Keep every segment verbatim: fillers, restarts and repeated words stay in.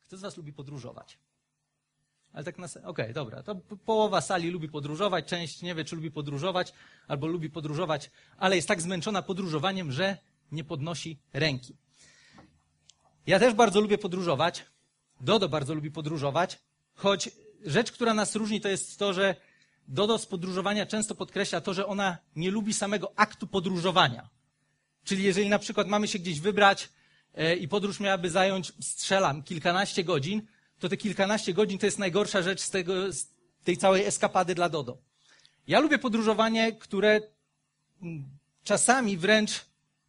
Kto z was lubi podróżować? Ale tak na... Okej, okay, dobra. To połowa sali lubi podróżować, część nie wie, czy lubi podróżować, albo lubi podróżować, ale jest tak zmęczona podróżowaniem, że nie podnosi ręki. Ja też bardzo lubię podróżować. Dodo bardzo lubi podróżować, choć rzecz, która nas różni, to jest to, że Dodo z podróżowania często podkreśla to, że ona nie lubi samego aktu podróżowania. Czyli jeżeli na przykład mamy się gdzieś wybrać e, i podróż miałaby zająć, strzelam, kilkanaście godzin, to te kilkanaście godzin to jest najgorsza rzecz z, tego, z tej całej eskapady dla Dodo. Ja lubię podróżowanie, które czasami wręcz,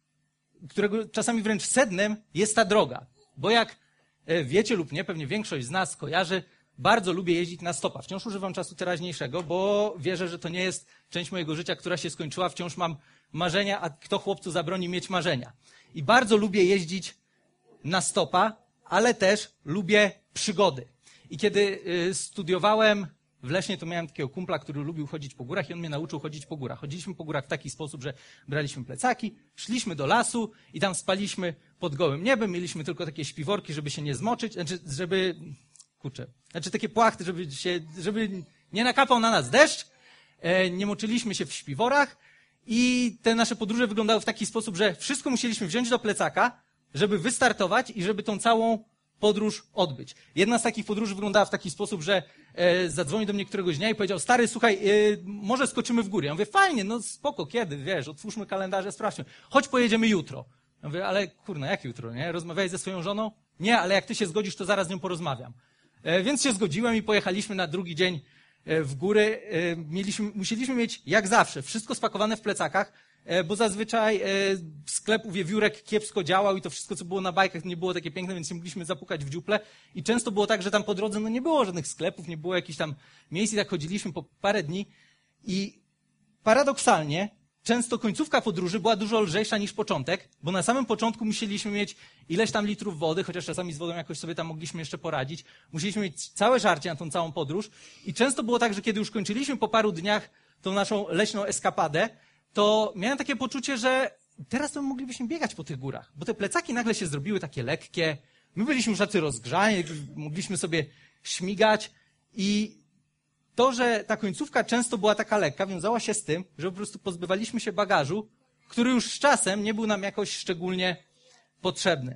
którego czasami wręcz sednem jest ta droga. Bo jak wiecie lub nie, pewnie większość z nas kojarzy, bardzo lubię jeździć na stopa. Wciąż używam czasu teraźniejszego, bo wierzę, że to nie jest część mojego życia, która się skończyła. Wciąż mam marzenia, a kto chłopcu zabroni mieć marzenia. I bardzo lubię jeździć na stopa, ale też lubię przygody. I kiedy studiowałem w Lesznie, to miałem takiego kumpla, który lubił chodzić po górach i on mnie nauczył chodzić po górach. Chodziliśmy po górach w taki sposób, że braliśmy plecaki, szliśmy do lasu i tam spaliśmy pod gołym niebem. Mieliśmy tylko takie śpiworki, żeby się nie zmoczyć, znaczy, żeby, kurczę, znaczy takie płachty, żeby się, żeby nie nakapał na nas deszcz. E, nie moczyliśmy się w śpiworach i te nasze podróże wyglądały w taki sposób, że wszystko musieliśmy wziąć do plecaka, żeby wystartować i żeby tą całą podróż odbyć. Jedna z takich podróży wyglądała w taki sposób, że e, zadzwonił do mnie któregoś dnia i powiedział: stary, słuchaj, e, może skoczymy w górę. Ja mówię: fajnie, no spoko, kiedy, wiesz, otwórzmy kalendarze, sprawdźmy. Chodź, pojedziemy jutro. Ja mówię: ale kurna, jak jutro, nie? Rozmawiałeś ze swoją żoną? Nie, ale jak ty się zgodzisz, to zaraz z nią porozmawiam. E, więc się zgodziłem i pojechaliśmy na drugi dzień e, w góry. E, mieliśmy, musieliśmy mieć, jak zawsze, wszystko spakowane w plecakach, bo zazwyczaj sklep u wiewiórek kiepsko działał i to wszystko, co było na bajkach, nie było takie piękne, więc nie mogliśmy zapukać w dziuple. I często było tak, że tam po drodze no nie było żadnych sklepów, nie było jakichś tam miejsc i tak chodziliśmy po parę dni. I paradoksalnie często końcówka podróży była dużo lżejsza niż początek, bo na samym początku musieliśmy mieć ileś tam litrów wody, chociaż czasami z wodą jakoś sobie tam mogliśmy jeszcze poradzić. Musieliśmy mieć całe żarcie na tą całą podróż. I często było tak, że kiedy już kończyliśmy po paru dniach tą naszą leśną eskapadę, to miałem takie poczucie, że teraz to moglibyśmy biegać po tych górach, bo te plecaki nagle się zrobiły takie lekkie, my byliśmy już tacy rozgrzani, mogliśmy sobie śmigać i to, że ta końcówka często była taka lekka, wiązała się z tym, że po prostu pozbywaliśmy się bagażu, który już z czasem nie był nam jakoś szczególnie potrzebny.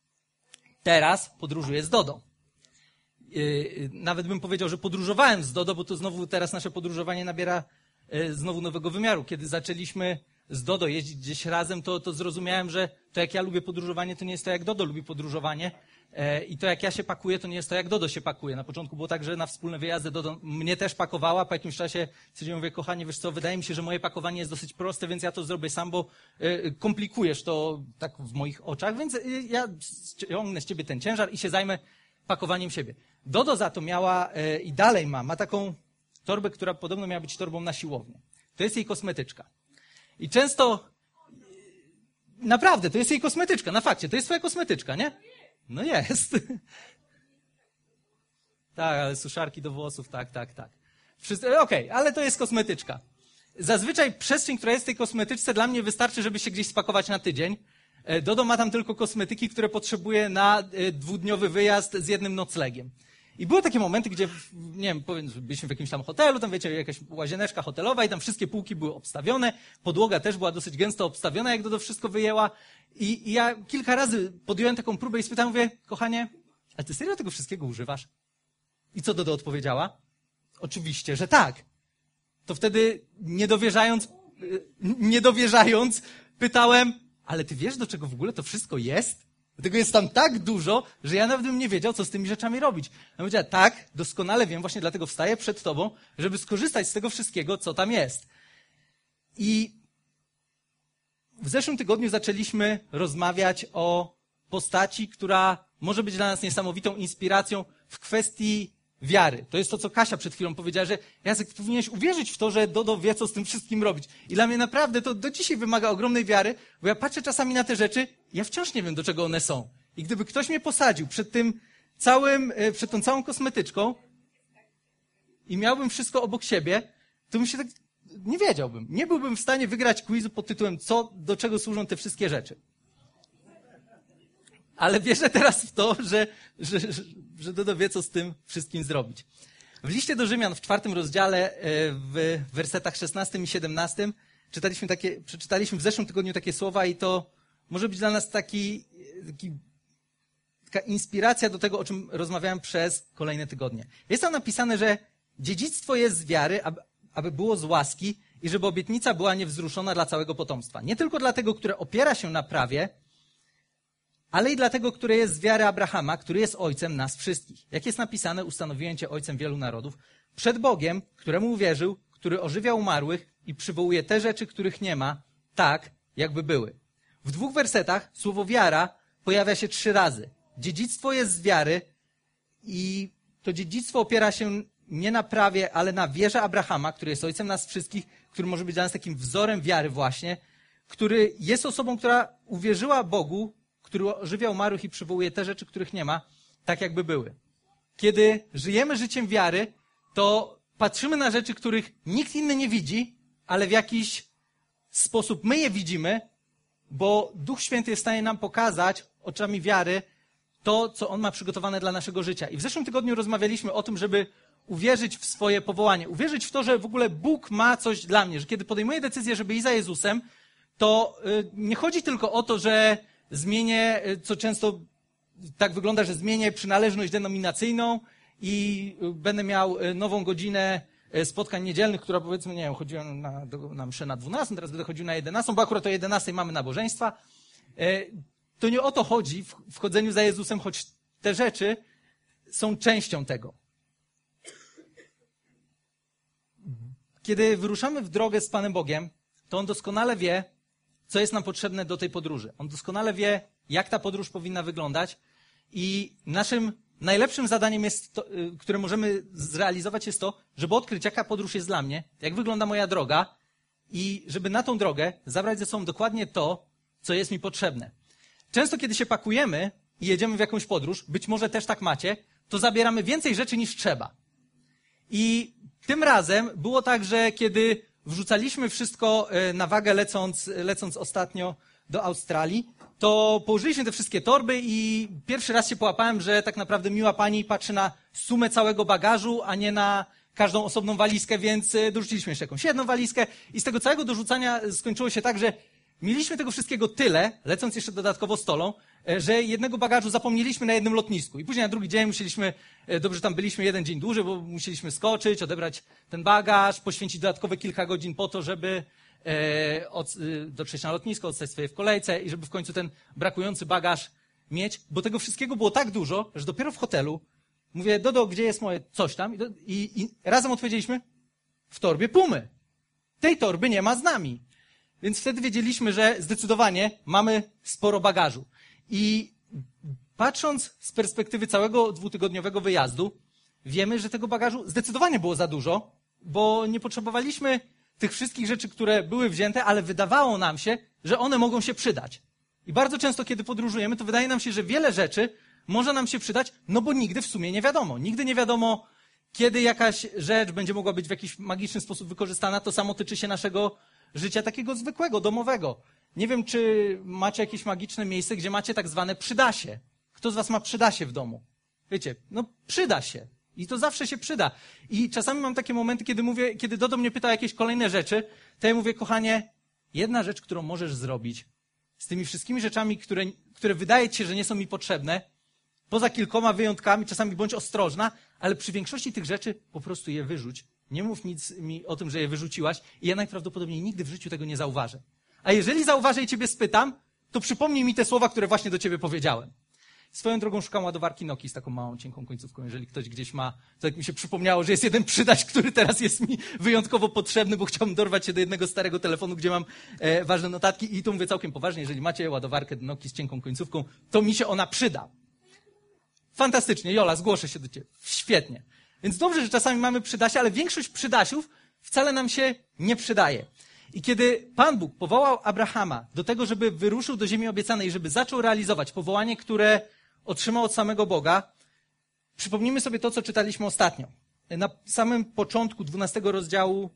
Teraz podróżuję z Dodą. Nawet bym powiedział, że podróżowałem z Dodo, bo to znowu teraz nasze podróżowanie nabiera znowu nowego wymiaru. Kiedy zaczęliśmy z Dodo jeździć gdzieś razem, to, to zrozumiałem, że to jak ja lubię podróżowanie, to nie jest to jak Dodo lubi podróżowanie i to jak ja się pakuję, to nie jest to jak Dodo się pakuje. Na początku było tak, że na wspólne wyjazdy Dodo mnie też pakowała, po jakimś czasie stwierdziłem: mówię: kochanie, wiesz co, wydaje mi się, że moje pakowanie jest dosyć proste, więc ja to zrobię sam, bo komplikujesz to tak w moich oczach, więc ja ściągnę z ciebie ten ciężar i się zajmę pakowaniem siebie. Dodo za to miała i dalej ma, ma taką torbę, która podobno miała być torbą na siłownię. To jest jej kosmetyczka. I często, naprawdę, to jest jej kosmetyczka, na fakcie, to jest twoja kosmetyczka, nie? No jest. Tak, ale suszarki do włosów, tak, tak, tak. Okej, okay, ale to jest kosmetyczka. Zazwyczaj przestrzeń, która jest w tej kosmetyczce, dla mnie wystarczy, żeby się gdzieś spakować na tydzień. Dodo ma tam tylko kosmetyki, które potrzebuje na dwudniowy wyjazd z jednym noclegiem. I były takie momenty, gdzie, nie wiem, byliśmy w jakimś tam hotelu, tam wiecie, jakaś łazieneczka hotelowa i tam wszystkie półki były obstawione, podłoga też była dosyć gęsto obstawiona, jak Dodo wszystko wyjęła. I, I ja kilka razy podjąłem taką próbę i spytałem, mówię: kochanie, ale ty serio tego wszystkiego używasz? I co Dodo odpowiedziała? Oczywiście, że tak. To wtedy, niedowierzając, niedowierzając, pytałem: ale ty wiesz, do czego w ogóle to wszystko jest? Tego jest tam tak dużo, że ja nawet bym nie wiedział, co z tymi rzeczami robić. Ja powiedziałem: tak, doskonale wiem, właśnie dlatego wstaję przed tobą, żeby skorzystać z tego wszystkiego, co tam jest. I w zeszłym tygodniu zaczęliśmy rozmawiać o postaci, która może być dla nas niesamowitą inspiracją w kwestii wiary. To jest to, co Kasia przed chwilą powiedziała, że Jacek, powinieneś uwierzyć w to, że Dodo wie, co z tym wszystkim robić. I dla mnie naprawdę to do dzisiaj wymaga ogromnej wiary, bo ja patrzę czasami na te rzeczy, ja wciąż nie wiem, do czego one są. I gdyby ktoś mnie posadził przed tym całym, przed tą całą kosmetyczką i miałbym wszystko obok siebie, to bym się tak, nie wiedziałbym. Nie byłbym w stanie wygrać quizu pod tytułem: co, do czego służą te wszystkie rzeczy. ale wierzę teraz w to, że, że, że, że Dodo wie, co z tym wszystkim zrobić. W liście do Rzymian w czwartym rozdziale, w wersetach szesnastym i siedemnastym czytaliśmy takie, przeczytaliśmy w zeszłym tygodniu takie słowa i to może być dla nas taki, taki, taka inspiracja do tego, o czym rozmawiałem przez kolejne tygodnie. Jest tam napisane, że dziedzictwo jest z wiary, aby, aby było z łaski i żeby obietnica była niewzruszona dla całego potomstwa. Nie tylko dla tego, które opiera się na prawie, ale i dla tego, które jest z wiary Abrahama, który jest ojcem nas wszystkich. Jak jest napisane, ustanowiłem cię ojcem wielu narodów, przed Bogiem, któremu uwierzył, który ożywia umarłych i przywołuje te rzeczy, których nie ma, tak, jakby były. W dwóch wersetach słowo wiara pojawia się trzy razy. Dziedzictwo jest z wiary i to dziedzictwo opiera się nie na prawie, ale na wierze Abrahama, który jest ojcem nas wszystkich, który może być dla nas takim wzorem wiary właśnie, który jest osobą, która uwierzyła Bogu, który ożywia umarłych i przywołuje te rzeczy, których nie ma, tak jakby były. Kiedy żyjemy życiem wiary, to patrzymy na rzeczy, których nikt inny nie widzi, ale w jakiś sposób my je widzimy, bo Duch Święty jest w stanie nam pokazać oczami wiary to, co On ma przygotowane dla naszego życia. I w zeszłym tygodniu rozmawialiśmy o tym, żeby uwierzyć w swoje powołanie, uwierzyć w to, że w ogóle Bóg ma coś dla mnie, że kiedy podejmuję decyzję, żeby iść za Jezusem, to nie chodzi tylko o to, że zmienię, co często tak wygląda, że zmienię przynależność denominacyjną i będę miał nową godzinę spotkań niedzielnych, która powiedzmy, nie wiem, chodziłem na, na mszę na dwunastą, teraz będę chodził na jedenastą, bo akurat o jedenastej mamy nabożeństwa. To nie o to chodzi w wchodzeniu za Jezusem, choć te rzeczy są częścią tego. Kiedy wyruszamy w drogę z Panem Bogiem, to On doskonale wie, co jest nam potrzebne do tej podróży. On doskonale wie, jak ta podróż powinna wyglądać i naszym najlepszym zadaniem, jest to, które możemy zrealizować, jest to, żeby odkryć, jaka podróż jest dla mnie, jak wygląda moja droga i żeby na tą drogę zabrać ze sobą dokładnie to, co jest mi potrzebne. Często, kiedy się pakujemy i jedziemy w jakąś podróż, być może też tak macie, to zabieramy więcej rzeczy niż trzeba. I tym razem było tak, że kiedy wrzucaliśmy wszystko na wagę lecąc, lecąc ostatnio do Australii, to położyliśmy te wszystkie torby i pierwszy raz się połapałem, że tak naprawdę miła pani patrzy na sumę całego bagażu, a nie na każdą osobną walizkę, więc dorzuciliśmy jeszcze jakąś jedną walizkę i z tego całego dorzucania skończyło się tak, że mieliśmy tego wszystkiego tyle, lecąc jeszcze dodatkowo stolą, że jednego bagażu zapomnieliśmy na jednym lotnisku. I później na drugi dzień musieliśmy, dobrze, tam byliśmy jeden dzień dłużej, bo musieliśmy skoczyć, odebrać ten bagaż, poświęcić dodatkowe kilka godzin po to, żeby e, od, dotrzeć na lotnisko, odstać swoje w kolejce i żeby w końcu ten brakujący bagaż mieć, bo tego wszystkiego było tak dużo, że dopiero w hotelu mówię, Dodo, gdzie jest moje coś tam? I, i, i razem odpowiedzieliśmy, w torbie Pumy. Tej torby nie ma z nami. Więc wtedy wiedzieliśmy, że zdecydowanie mamy sporo bagażu. I patrząc z perspektywy całego dwutygodniowego wyjazdu, wiemy, że tego bagażu zdecydowanie było za dużo, bo nie potrzebowaliśmy tych wszystkich rzeczy, które były wzięte, ale wydawało nam się, że one mogą się przydać. I bardzo często, kiedy podróżujemy, to wydaje nam się, że wiele rzeczy może nam się przydać, no bo nigdy w sumie nie wiadomo. Nigdy nie wiadomo, kiedy jakaś rzecz będzie mogła być w jakiś magiczny sposób wykorzystana. To samo tyczy się naszego życia takiego zwykłego, domowego. Nie wiem, czy macie jakieś magiczne miejsce, gdzie macie tak zwane przydasie. Kto z was ma przydasie w domu? Wiecie, no przyda się. I to zawsze się przyda. I czasami mam takie momenty, kiedy mówię, kiedy Dodo mnie pyta o jakieś kolejne rzeczy, to ja mówię, kochanie, jedna rzecz, którą możesz zrobić z tymi wszystkimi rzeczami, które, które wydaje ci się, że nie są mi potrzebne, poza kilkoma wyjątkami, czasami bądź ostrożna, ale przy większości tych rzeczy po prostu je wyrzuć. Nie mów nic mi o tym, że je wyrzuciłaś i ja najprawdopodobniej nigdy w życiu tego nie zauważę. A jeżeli zauważę i ciebie spytam, to przypomnij mi te słowa, które właśnie do ciebie powiedziałem. Swoją drogą szukam ładowarki Nokii z taką małą, cienką końcówką. Jeżeli ktoś gdzieś ma, to jak mi się przypomniało, że jest jeden przydać, który teraz jest mi wyjątkowo potrzebny, bo chciałbym dorwać się do jednego starego telefonu, gdzie mam e, ważne notatki i tu mówię całkiem poważnie, jeżeli macie ładowarkę do Nokii z cienką końcówką, to mi się ona przyda. Fantastycznie, Jola, zgłoszę się do ciebie. Świetnie. Więc dobrze, że czasami mamy przydasie, ale większość przydasiów wcale nam się nie przydaje. I kiedy Pan Bóg powołał Abrahama do tego, żeby wyruszył do ziemi obiecanej, żeby zaczął realizować powołanie, które otrzymał od samego Boga, przypomnijmy sobie to, co czytaliśmy ostatnio. Na samym początku dwunastego rozdziału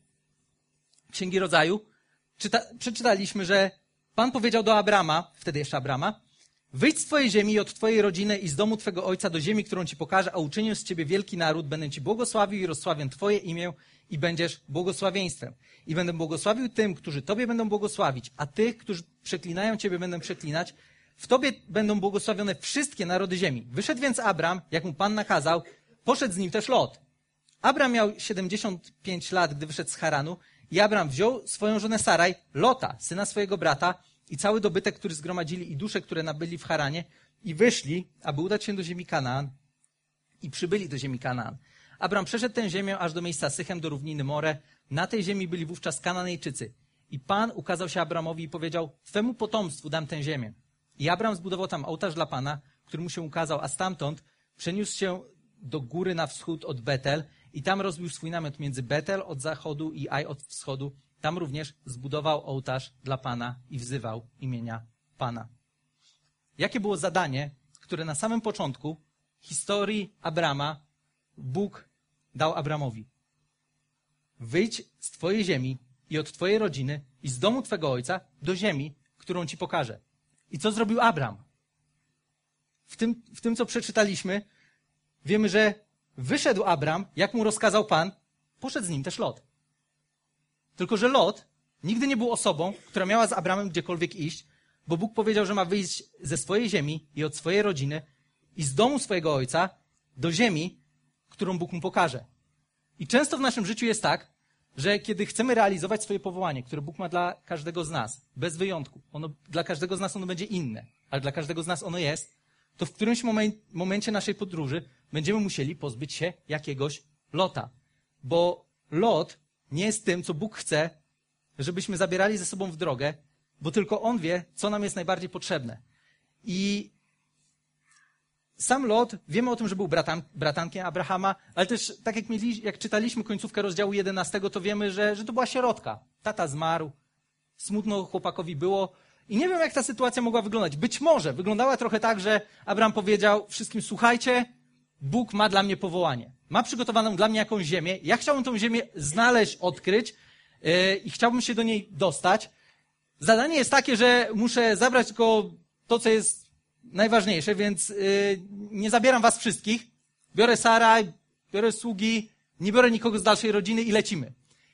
Księgi Rodzaju czyta, przeczytaliśmy, że Pan powiedział do Abrama, wtedy jeszcze Abrama, Wyjdź z twojej ziemi i od twojej rodziny i z domu twego ojca do ziemi, którą ci pokażę, a uczynię z ciebie wielki naród, będę ci błogosławił i rozsławię twoje imię i będziesz błogosławieństwem. I będę błogosławił tym, którzy tobie będą błogosławić, a tych, którzy przeklinają ciebie, będę przeklinać. W tobie będą błogosławione wszystkie narody ziemi. Wyszedł więc Abram, jak mu Pan nakazał, poszedł z nim też Lot. Abram miał siedemdziesiąt pięć lat, gdy wyszedł z Haranu i Abram wziął swoją żonę Saraj, Lota, syna swojego brata i cały dobytek, który zgromadzili i dusze, które nabyli w Haranie i wyszli, aby udać się do ziemi Kanaan i przybyli do ziemi Kanaan. Abram przeszedł tę ziemię aż do miejsca Sychem, do równiny More. Na tej ziemi byli wówczas Kananejczycy. I Pan ukazał się Abramowi i powiedział, twemu potomstwu dam tę ziemię. I Abram zbudował tam ołtarz dla Pana, który mu się ukazał, a stamtąd przeniósł się do góry na wschód od Betel i tam rozbił swój namiot między Betel od zachodu i Aj od wschodu. Tam również zbudował ołtarz dla Pana i wzywał imienia Pana. Jakie było zadanie, które na samym początku historii Abrama Bóg dał Abramowi? Wyjdź z twojej ziemi i od twojej rodziny i z domu twego ojca do ziemi, którą ci pokażę. I co zrobił Abram? W tym, w tym, co przeczytaliśmy, wiemy, że wyszedł Abram, jak mu rozkazał Pan, poszedł z nim też Lot. Tylko że Lot nigdy nie był osobą, która miała z Abramem gdziekolwiek iść, bo Bóg powiedział, że ma wyjść ze swojej ziemi i od swojej rodziny i z domu swojego ojca do ziemi, którą Bóg mu pokaże. I często w naszym życiu jest tak, że kiedy chcemy realizować swoje powołanie, które Bóg ma dla każdego z nas, bez wyjątku, ono, dla każdego z nas ono będzie inne, ale dla każdego z nas ono jest, to w którymś momen- momencie naszej podróży będziemy musieli pozbyć się jakiegoś Lota. Bo Lot nie jest tym, co Bóg chce, żebyśmy zabierali ze sobą w drogę, bo tylko On wie, co nam jest najbardziej potrzebne. I sam Lot, wiemy o tym, że był bratan, bratankiem Abrahama, ale też tak jak, mieli, jak czytaliśmy końcówkę rozdziału jedenastego, to wiemy, że, że to była sierotka. Tata zmarł, smutno chłopakowi było i nie wiem, jak ta sytuacja mogła wyglądać. Być może wyglądała trochę tak, że Abraham powiedział wszystkim, słuchajcie, Bóg ma dla mnie powołanie. Ma przygotowaną dla mnie jakąś ziemię. Ja chciałbym tą ziemię znaleźć, odkryć yy, i chciałbym się do niej dostać. Zadanie jest takie, że muszę zabrać tylko to, co jest najważniejsze, więc yy, nie zabieram was wszystkich. Biorę Saraj, biorę sługi, nie biorę nikogo z dalszej rodziny i lecimy.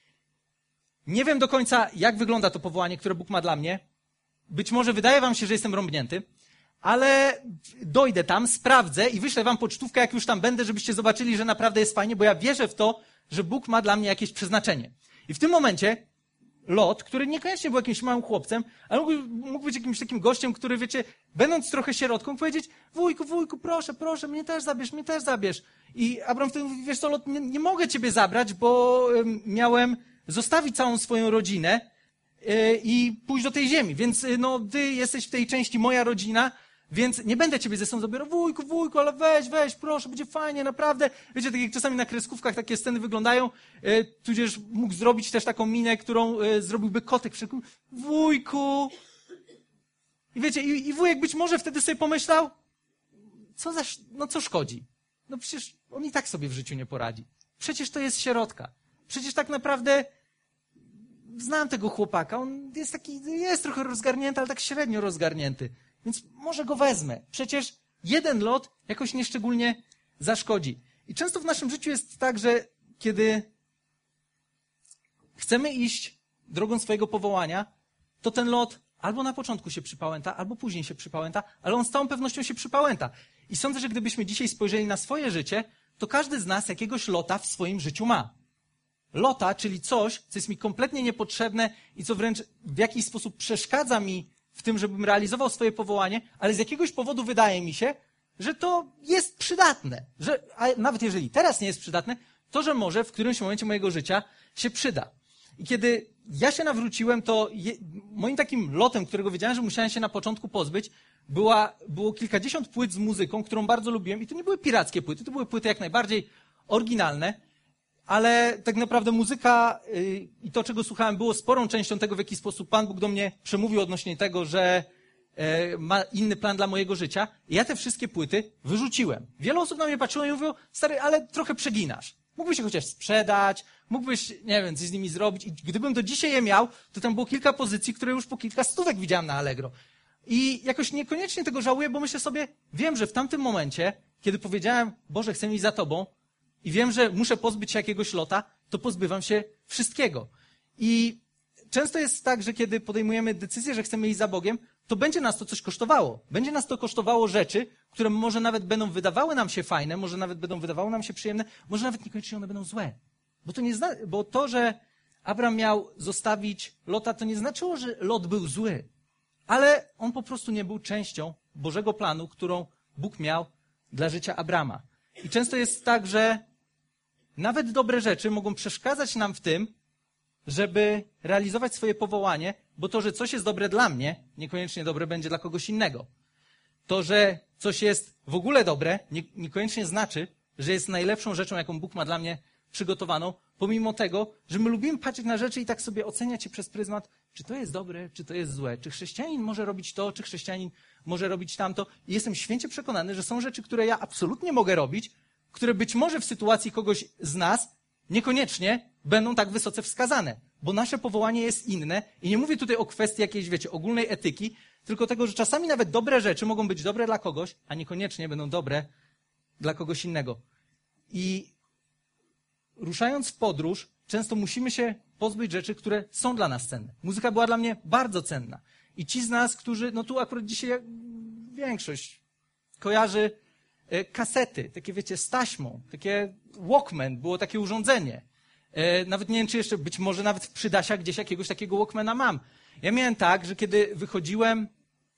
Nie wiem do końca, jak wygląda to powołanie, które Bóg ma dla mnie. Być może wydaje wam się, że jestem rąbnięty, ale dojdę tam, sprawdzę i wyślę wam pocztówkę, jak już tam będę, żebyście zobaczyli, że naprawdę jest fajnie, bo ja wierzę w to, że Bóg ma dla mnie jakieś przeznaczenie. I w tym momencie Lot, który niekoniecznie był jakimś małym chłopcem, ale mógł, mógł być jakimś takim gościem, który, wiecie, będąc trochę sierotką, powiedzieć, wujku, wujku, proszę, proszę, mnie też zabierz, mnie też zabierz. I Abram wtedy mówi, wiesz co, Lot, nie, nie mogę ciebie zabrać, bo um, miałem zostawić całą swoją rodzinę yy, i pójść do tej ziemi, więc yy, no, ty jesteś w tej części moja rodzina, więc nie będę ciebie ze sobą zabierał. Wujku, wujku, ale weź, weź, proszę, będzie fajnie, naprawdę. Wiecie, tak jak czasami na kreskówkach takie sceny wyglądają, e, tudzież mógł zrobić też taką minę, którą e, zrobiłby kotek. Przykład, wujku. I wiecie, i, i wujek być może wtedy sobie pomyślał, co za, no co szkodzi? No przecież on i tak sobie w życiu nie poradzi. Przecież to jest sierotka. Przecież tak naprawdę znam tego chłopaka. On jest taki, jest trochę rozgarnięty, ale tak średnio rozgarnięty. Więc może go wezmę. Przecież jeden lot jakoś nieszczególnie zaszkodzi. I często w naszym życiu jest tak, że kiedy chcemy iść drogą swojego powołania, to ten lot albo na początku się przypałęta, albo później się przypałęta, ale on z całą pewnością się przypałęta. I sądzę, że gdybyśmy dzisiaj spojrzeli na swoje życie, to każdy z nas jakiegoś lota w swoim życiu ma. Lota, czyli coś, co jest mi kompletnie niepotrzebne i co wręcz w jakiś sposób przeszkadza mi w tym, żebym realizował swoje powołanie, ale z jakiegoś powodu wydaje mi się, że to jest przydatne. Że, a nawet jeżeli teraz nie jest przydatne, to że może w którymś momencie mojego życia się przyda. I kiedy ja się nawróciłem, to je, moim takim lotem, którego wiedziałem, że musiałem się na początku pozbyć, była, było kilkadziesiąt płyt z muzyką, którą bardzo lubiłem. I to nie były pirackie płyty, to były płyty jak najbardziej oryginalne, ale tak naprawdę muzyka yy, i to, czego słuchałem, było sporą częścią tego, w jaki sposób Pan Bóg do mnie przemówił odnośnie tego, że yy, ma inny plan dla mojego życia. I ja te wszystkie płyty wyrzuciłem. Wiele osób na mnie patrzyło i mówiło, stary, ale trochę przeginasz. Mógłbyś je chociaż sprzedać, mógłbyś, nie wiem, coś z nimi zrobić. I gdybym do dzisiaj je miał, to tam było kilka pozycji, które już po kilka stówek widziałem na Allegro. I jakoś niekoniecznie tego żałuję, bo myślę sobie, wiem, że w tamtym momencie, kiedy powiedziałem, Boże, chcę iść za Tobą i wiem, że muszę pozbyć się jakiegoś lota, to pozbywam się wszystkiego. I często jest tak, że kiedy podejmujemy decyzję, że chcemy iść za Bogiem, to będzie nas to coś kosztowało. Będzie nas to kosztowało rzeczy, które może nawet będą wydawały nam się fajne, może nawet będą wydawały nam się przyjemne, może nawet niekoniecznie one będą złe. Bo to, nie zna, bo to, że Abram miał zostawić Lota, to nie znaczyło, że Lot był zły. Ale on po prostu nie był częścią Bożego planu, którą Bóg miał dla życia Abrama. I często jest tak, że nawet dobre rzeczy mogą przeszkadzać nam w tym, żeby realizować swoje powołanie, bo to, że coś jest dobre dla mnie, niekoniecznie dobre będzie dla kogoś innego. To, że coś jest w ogóle dobre, nie, niekoniecznie znaczy, że jest najlepszą rzeczą, jaką Bóg ma dla mnie przygotowaną, pomimo tego, że my lubimy patrzeć na rzeczy i tak sobie oceniać je przez pryzmat, czy to jest dobre, czy to jest złe, czy chrześcijanin może robić to, czy chrześcijanin może robić tamto. I jestem święcie przekonany, że są rzeczy, które ja absolutnie mogę robić, które być może w sytuacji kogoś z nas niekoniecznie będą tak wysoce wskazane, bo nasze powołanie jest inne i nie mówię tutaj o kwestii jakiejś, wiecie, ogólnej etyki, tylko tego, że czasami nawet dobre rzeczy mogą być dobre dla kogoś, a niekoniecznie będą dobre dla kogoś innego. I ruszając w podróż, często musimy się pozbyć rzeczy, które są dla nas cenne. Muzyka była dla mnie bardzo cenna. I ci z nas, którzy, no tu akurat dzisiaj większość kojarzy kasety, takie wiecie, z taśmą, takie Walkman, było takie urządzenie. Nawet nie wiem, czy jeszcze, być może nawet w Przydasiach gdzieś jakiegoś takiego Walkmana mam. Ja miałem tak, że kiedy wychodziłem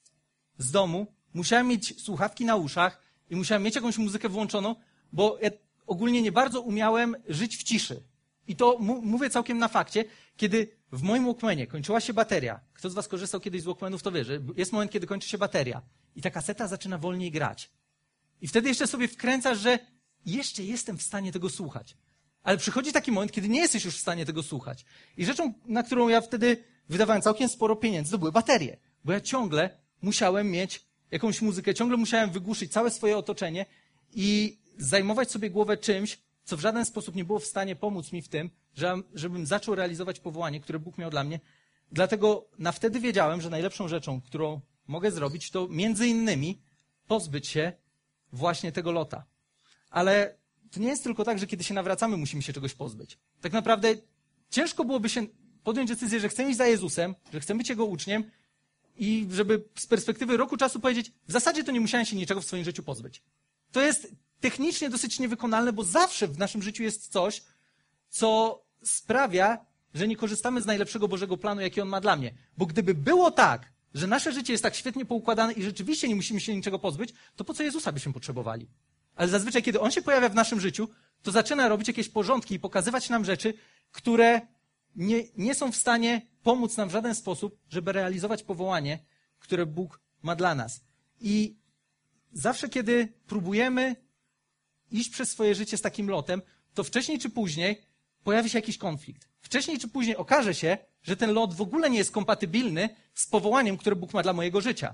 z domu, musiałem mieć słuchawki na uszach i musiałem mieć jakąś muzykę włączoną, bo ja ogólnie nie bardzo umiałem żyć w ciszy. I to m- mówię całkiem na fakcie, kiedy w moim Walkmanie kończyła się bateria. Kto z was korzystał kiedyś z Walkmanów, to wie, że jest moment, kiedy kończy się bateria i ta kaseta zaczyna wolniej grać. I wtedy jeszcze sobie wkręcasz, że jeszcze jestem w stanie tego słuchać. Ale przychodzi taki moment, kiedy nie jesteś już w stanie tego słuchać. I rzeczą, na którą ja wtedy wydawałem całkiem sporo pieniędzy, to były baterie. Bo ja ciągle musiałem mieć jakąś muzykę, ciągle musiałem wygłuszyć całe swoje otoczenie i zajmować sobie głowę czymś, co w żaden sposób nie było w stanie pomóc mi w tym, żebym zaczął realizować powołanie, które Bóg miał dla mnie. Dlatego na wtedy wiedziałem, że najlepszą rzeczą, którą mogę zrobić, to między innymi pozbyć się właśnie tego Lota. Ale to nie jest tylko tak, że kiedy się nawracamy, musimy się czegoś pozbyć. Tak naprawdę ciężko byłoby się podjąć decyzję, że chcemy iść za Jezusem, że chcemy być Jego uczniem i żeby z perspektywy roku czasu powiedzieć, w zasadzie to nie musiałem się niczego w swoim życiu pozbyć. To jest technicznie dosyć niewykonalne, bo zawsze w naszym życiu jest coś, co sprawia, że nie korzystamy z najlepszego Bożego planu, jaki On ma dla mnie. Bo gdyby było tak, że nasze życie jest tak świetnie poukładane i rzeczywiście nie musimy się niczego pozbyć, to po co Jezusa byśmy potrzebowali? Ale zazwyczaj, kiedy On się pojawia w naszym życiu, to zaczyna robić jakieś porządki i pokazywać nam rzeczy, które nie, nie są w stanie pomóc nam w żaden sposób, żeby realizować powołanie, które Bóg ma dla nas. I zawsze, kiedy próbujemy iść przez swoje życie z takim lotem, to wcześniej czy później pojawi się jakiś konflikt. Wcześniej czy później okaże się, że ten lot w ogóle nie jest kompatybilny z powołaniem, które Bóg ma dla mojego życia.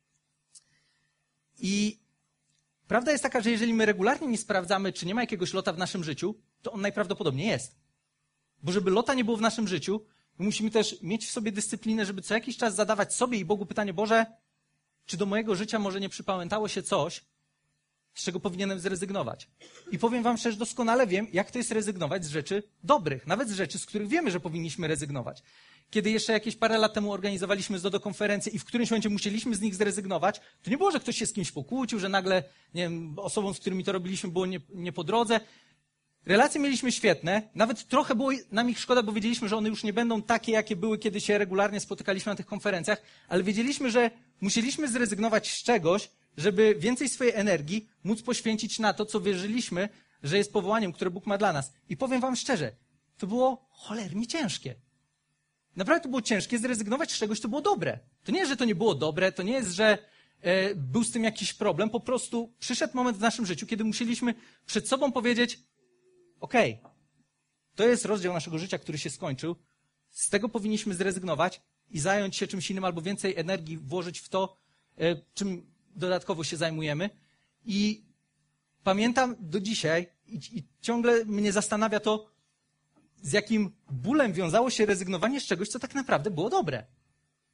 I prawda jest taka, że jeżeli my regularnie nie sprawdzamy, czy nie ma jakiegoś lota w naszym życiu, to on najprawdopodobniej jest. Bo żeby lota nie było w naszym życiu, my musimy też mieć w sobie dyscyplinę, żeby co jakiś czas zadawać sobie i Bogu pytanie, Boże, czy do mojego życia może nie przypamiętało się coś, z czego powinienem zrezygnować. I powiem wam szczerze, doskonale wiem, jak to jest rezygnować z rzeczy dobrych, nawet z rzeczy, z których wiemy, że powinniśmy rezygnować. Kiedy jeszcze jakieś parę lat temu organizowaliśmy z Dodo konferencję i w którymś momencie musieliśmy z nich zrezygnować, to nie było, że ktoś się z kimś pokłócił, że nagle, nie wiem, osobom, z którymi to robiliśmy, było nie, nie po drodze. Relacje mieliśmy świetne, nawet trochę było nam ich szkoda, bo wiedzieliśmy, że one już nie będą takie, jakie były, kiedy się regularnie spotykaliśmy na tych konferencjach, ale wiedzieliśmy, że musieliśmy zrezygnować z czegoś, żeby więcej swojej energii móc poświęcić na to, co wierzyliśmy, że jest powołaniem, które Bóg ma dla nas. I powiem wam szczerze, to było cholernie ciężkie. Naprawdę to było ciężkie zrezygnować z czegoś, co było dobre. To nie jest, że to nie było dobre, to nie jest, że e, był z tym jakiś problem, po prostu przyszedł moment w naszym życiu, kiedy musieliśmy przed sobą powiedzieć, okej, okay, to jest rozdział naszego życia, który się skończył, z tego powinniśmy zrezygnować i zająć się czymś innym albo więcej energii włożyć w to, e, czym dodatkowo się zajmujemy. I pamiętam do dzisiaj i, i ciągle mnie zastanawia to, z jakim bólem wiązało się rezygnowanie z czegoś, co tak naprawdę było dobre.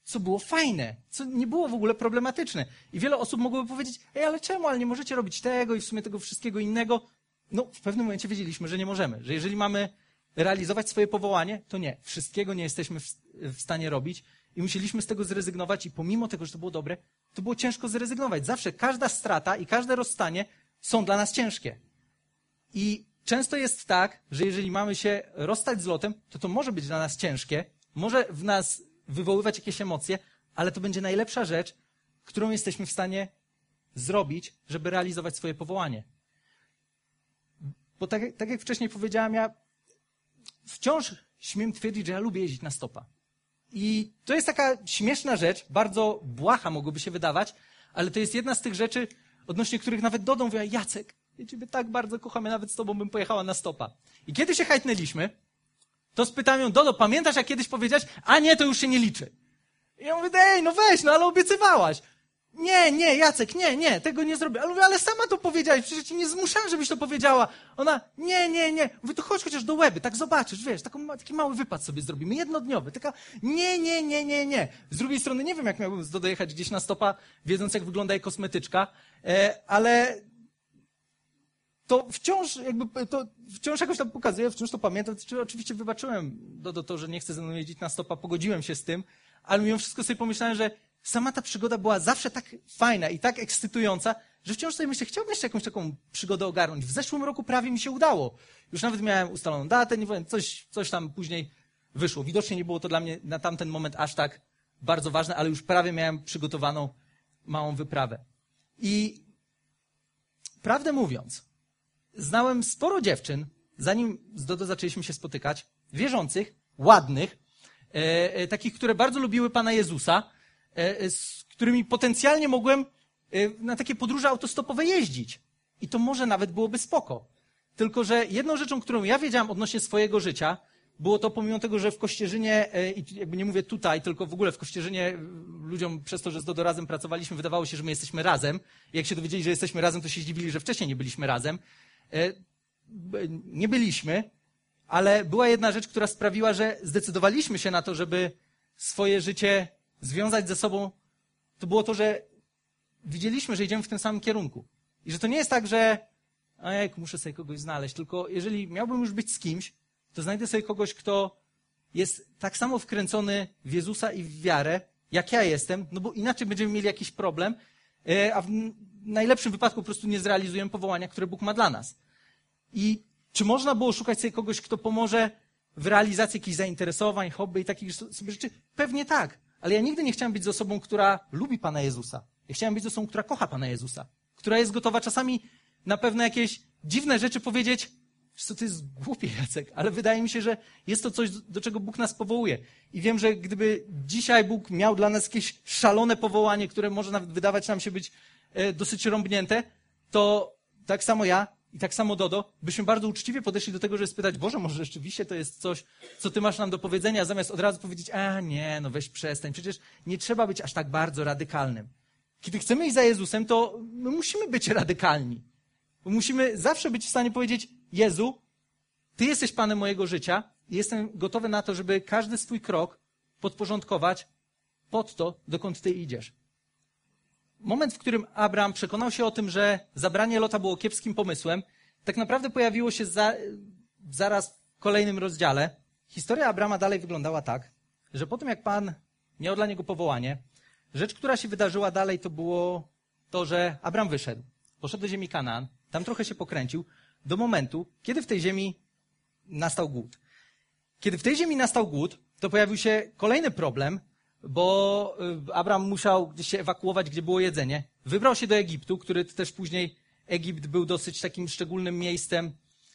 co było fajne, co nie było w ogóle problematyczne. I wiele osób mogłoby powiedzieć, ej, ale czemu, ale nie możecie robić tego i w sumie tego wszystkiego innego. No, w pewnym momencie wiedzieliśmy, że nie możemy, że jeżeli mamy realizować swoje powołanie, to nie, wszystkiego nie jesteśmy w, w stanie robić i musieliśmy z tego zrezygnować i pomimo tego, że to było dobre, to było ciężko zrezygnować. Zawsze każda strata i każde rozstanie są dla nas ciężkie. I często jest tak, że jeżeli mamy się rozstać z Lotem, to to może być dla nas ciężkie, może w nas wywoływać jakieś emocje, ale to będzie najlepsza rzecz, którą jesteśmy w stanie zrobić, żeby realizować swoje powołanie. Bo tak, tak jak wcześniej powiedziałem, ja wciąż śmiem twierdzić, że ja lubię jeździć na stopa. I to jest taka śmieszna rzecz, bardzo błaha mogłoby się wydawać, ale to jest jedna z tych rzeczy, odnośnie których nawet Dodo mówi, Jacek, ja ciebie tak bardzo kocham, ja nawet z tobą bym pojechała na stopa. I kiedy się hajtnęliśmy, to spytałem ją, Dodo, pamiętasz jak kiedyś powiedziałaś, a nie, to już się nie liczy. I ja mówię, ej, no weź, no ale obiecywałaś. Nie, nie, Jacek, nie, nie, tego nie zrobię. Ale mówię, ale sama to powiedziałaś, przecież ci nie zmuszałem, żebyś to powiedziała. Ona, nie, nie, nie. Mówię, to chodź chociaż do Łeby, tak zobaczysz, wiesz, taką, taki mały wypad sobie zrobimy, jednodniowy. Taka, nie, nie, nie, nie, nie. Z drugiej strony nie wiem, jak miałbym z Dodo jechać gdzieś na stopa, wiedząc, jak wygląda jej kosmetyczka, e, ale to wciąż jakby, to wciąż jakoś tam pokazuje, wciąż to pamiętam. Czy oczywiście wybaczyłem Dodo to, że nie chcę ze mną jeździć na stopa, pogodziłem się z tym, ale mimo wszystko sobie pomyślałem, że sama ta przygoda była zawsze tak fajna i tak ekscytująca, że wciąż sobie myślę, chciałbym jeszcze jakąś taką przygodę ogarnąć. W zeszłym roku prawie mi się udało. Już nawet miałem ustaloną datę, nie wiem, coś, coś tam później wyszło. Widocznie nie było to dla mnie na tamten moment aż tak bardzo ważne, ale już prawie miałem przygotowaną małą wyprawę. I prawdę mówiąc, znałem sporo dziewczyn, zanim z Dodo zaczęliśmy się spotykać, wierzących, ładnych, e, e, takich, które bardzo lubiły Pana Jezusa, e, z którymi potencjalnie mogłem e, na takie podróże autostopowe jeździć. I to może nawet byłoby spoko. Tylko że jedną rzeczą, którą ja wiedziałem odnośnie swojego życia, było to, pomimo tego, że w Kościerzynie, e, i jakby nie mówię tutaj, tylko w ogóle w Kościerzynie ludziom przez to, że z Dodo razem pracowaliśmy, wydawało się, że my jesteśmy razem. I jak się dowiedzieli, że jesteśmy razem, to się zdziwili, że wcześniej nie byliśmy razem. E, nie byliśmy, ale była jedna rzecz, która sprawiła, że zdecydowaliśmy się na to, żeby swoje życie związać ze sobą. To było to, że widzieliśmy, że idziemy w tym samym kierunku. I że to nie jest tak, że ojejku, muszę sobie kogoś znaleźć, tylko jeżeli miałbym już być z kimś, to znajdę sobie kogoś, kto jest tak samo wkręcony w Jezusa i w wiarę, jak ja jestem, no bo inaczej będziemy mieli jakiś problem, a w najlepszym wypadku po prostu nie zrealizujemy powołania, które Bóg ma dla nas. I czy można było szukać sobie kogoś, kto pomoże w realizacji jakichś zainteresowań, hobby i takich sobie rzeczy? Pewnie tak. Ale ja nigdy nie chciałem być z osobą, która lubi Pana Jezusa. Ja chciałem być z osobą, która kocha Pana Jezusa. Która jest gotowa czasami na pewne jakieś dziwne rzeczy powiedzieć, co to jest głupie, Jacek, ale wydaje mi się, że jest to coś, do czego Bóg nas powołuje. I wiem, że gdyby dzisiaj Bóg miał dla nas jakieś szalone powołanie, które może nawet wydawać nam się być e, dosyć rąbnięte, to tak samo ja i tak samo Dodo byśmy bardzo uczciwie podeszli do tego, żeby spytać, Boże, może rzeczywiście to jest coś, co Ty masz nam do powiedzenia, zamiast od razu powiedzieć, a nie, no weź przestań, przecież nie trzeba być aż tak bardzo radykalnym. Kiedy chcemy iść za Jezusem, to my musimy być radykalni. Musimy zawsze być w stanie powiedzieć, Jezu, Ty jesteś Panem mojego życia i jestem gotowy na to, żeby każdy swój krok podporządkować pod to, dokąd Ty idziesz. Moment, w którym Abraham przekonał się o tym, że zabranie Lota było kiepskim pomysłem, tak naprawdę pojawiło się za, zaraz w kolejnym rozdziale. Historia Abrama dalej wyglądała tak, że po tym jak Pan miał dla niego powołanie, rzecz, która się wydarzyła dalej, to było to, że Abram wyszedł, poszedł do ziemi Kanaan, tam trochę się pokręcił, do momentu, kiedy w tej ziemi nastał głód. Kiedy w tej ziemi nastał głód, to pojawił się kolejny problem, bo Abram musiał gdzieś się ewakuować, gdzie było jedzenie. Wybrał się do Egiptu, który też później Egipt był dosyć takim szczególnym miejscem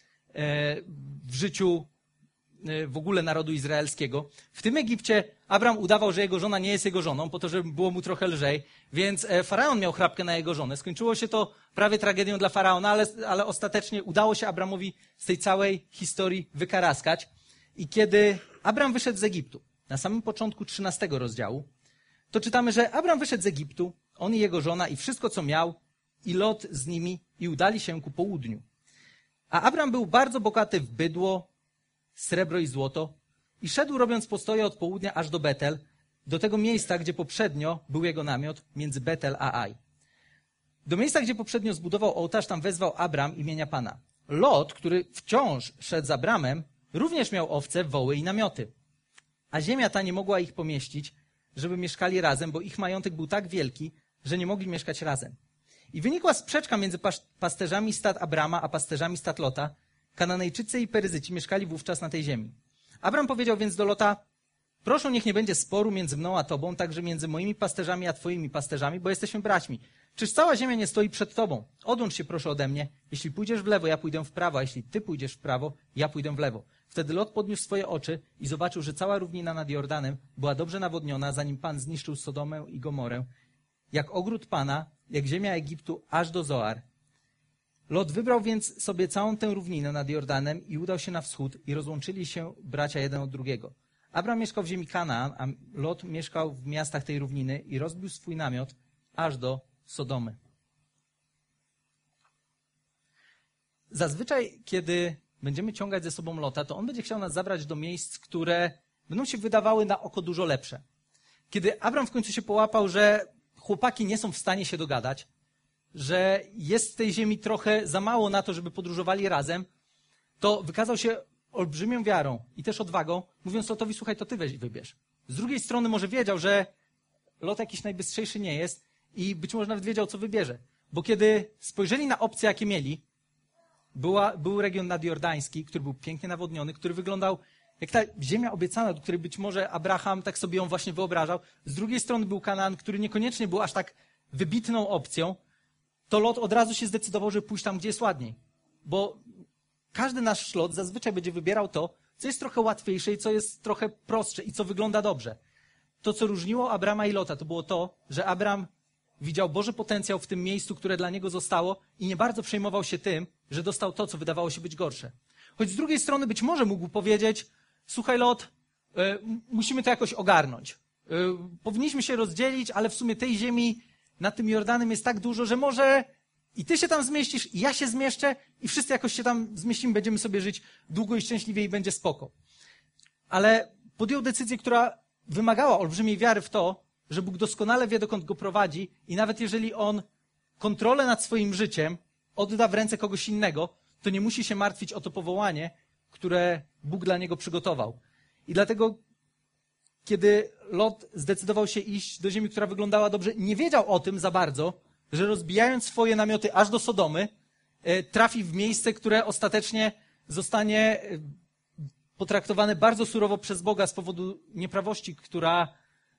w życiu w ogóle narodu izraelskiego. W tym Egipcie Abram udawał, że jego żona nie jest jego żoną, po to, żeby było mu trochę lżej, więc faraon miał chrapkę na jego żonę. Skończyło się to prawie tragedią dla faraona, ale, ale ostatecznie udało się Abramowi z tej całej historii wykaraskać. I kiedy Abram wyszedł z Egiptu, na samym początku trzynastego rozdziału, to czytamy, że Abram wyszedł z Egiptu, on i jego żona i wszystko, co miał, i Lot z nimi, i udali się ku południu. A Abram był bardzo bogaty w bydło, srebro i złoto i szedł, robiąc postoje od południa aż do Betel, do tego miejsca, gdzie poprzednio był jego namiot, między Betel a Aj. Do miejsca, gdzie poprzednio zbudował ołtarz, tam wezwał Abram imienia Pana. Lot, który wciąż szedł za Abramem, również miał owce, woły i namioty. A ziemia ta nie mogła ich pomieścić, żeby mieszkali razem, bo ich majątek był tak wielki, że nie mogli mieszkać razem. I wynikła sprzeczka między pasterzami stad Abrama a pasterzami stad Lota. Kananejczycy i Peryzyci mieszkali wówczas na tej ziemi. Abram powiedział więc do Lota: proszę, niech nie będzie sporu między mną a tobą, także między moimi pasterzami a twoimi pasterzami, bo jesteśmy braćmi. Czyż cała ziemia nie stoi przed tobą? Odłącz się proszę ode mnie. Jeśli pójdziesz w lewo, ja pójdę w prawo, a jeśli ty pójdziesz w prawo, ja pójdę w lewo. Wtedy Lot podniósł swoje oczy i zobaczył, że cała równina nad Jordanem była dobrze nawodniona, zanim Pan zniszczył Sodomę i Gomorę, jak ogród Pana, jak ziemia Egiptu, aż do Zoar. Lot wybrał więc sobie całą tę równinę nad Jordanem i udał się na wschód i rozłączyli się bracia jeden od drugiego. Abram mieszkał w ziemi Kanaan, a Lot mieszkał w miastach tej równiny i rozbił swój namiot aż do Sodomy. Zazwyczaj, kiedy będziemy ciągać ze sobą Lota, to on będzie chciał nas zabrać do miejsc, które będą się wydawały na oko dużo lepsze. Kiedy Abram w końcu się połapał, że chłopaki nie są w stanie się dogadać, że jest w tej ziemi trochę za mało na to, żeby podróżowali razem, to wykazał się olbrzymią wiarą i też odwagą, mówiąc Lotowi: słuchaj, to ty weź wybierz. Z drugiej strony może wiedział, że Lot jakiś najbystrzejszy nie jest i być może nawet wiedział, co wybierze. Bo kiedy spojrzeli na opcje, jakie mieli, była, był region nadjordański, który był pięknie nawodniony, który wyglądał jak ta ziemia obiecana, do której być może Abraham tak sobie ją właśnie wyobrażał. Z drugiej strony był Kanaan, który niekoniecznie był aż tak wybitną opcją. To Lot od razu się zdecydował, że pójść tam, gdzie jest ładniej. Bo każdy nasz szlot zazwyczaj będzie wybierał to, co jest trochę łatwiejsze i co jest trochę prostsze i co wygląda dobrze. To, co różniło Abrama i Lota, to było to, że Abram widział Boży potencjał w tym miejscu, które dla niego zostało i nie bardzo przejmował się tym, że dostał to, co wydawało się być gorsze. Choć z drugiej strony być może mógł powiedzieć: słuchaj Lot, y, musimy to jakoś ogarnąć. Y, powinniśmy się rozdzielić, ale w sumie tej ziemi nad tym Jordanem jest tak dużo, że może i ty się tam zmieścisz, i ja się zmieszczę i wszyscy jakoś się tam zmieścimy, będziemy sobie żyć długo i szczęśliwie i będzie spoko. Ale podjął decyzję, która wymagała olbrzymiej wiary w to, że Bóg doskonale wie, dokąd go prowadzi i nawet jeżeli on kontrolę nad swoim życiem odda w ręce kogoś innego, to nie musi się martwić o to powołanie, które Bóg dla niego przygotował. I dlatego, kiedy Lot zdecydował się iść do ziemi, która wyglądała dobrze, nie wiedział o tym za bardzo, że rozbijając swoje namioty aż do Sodomy, trafi w miejsce, które ostatecznie zostanie potraktowane bardzo surowo przez Boga z powodu nieprawości, która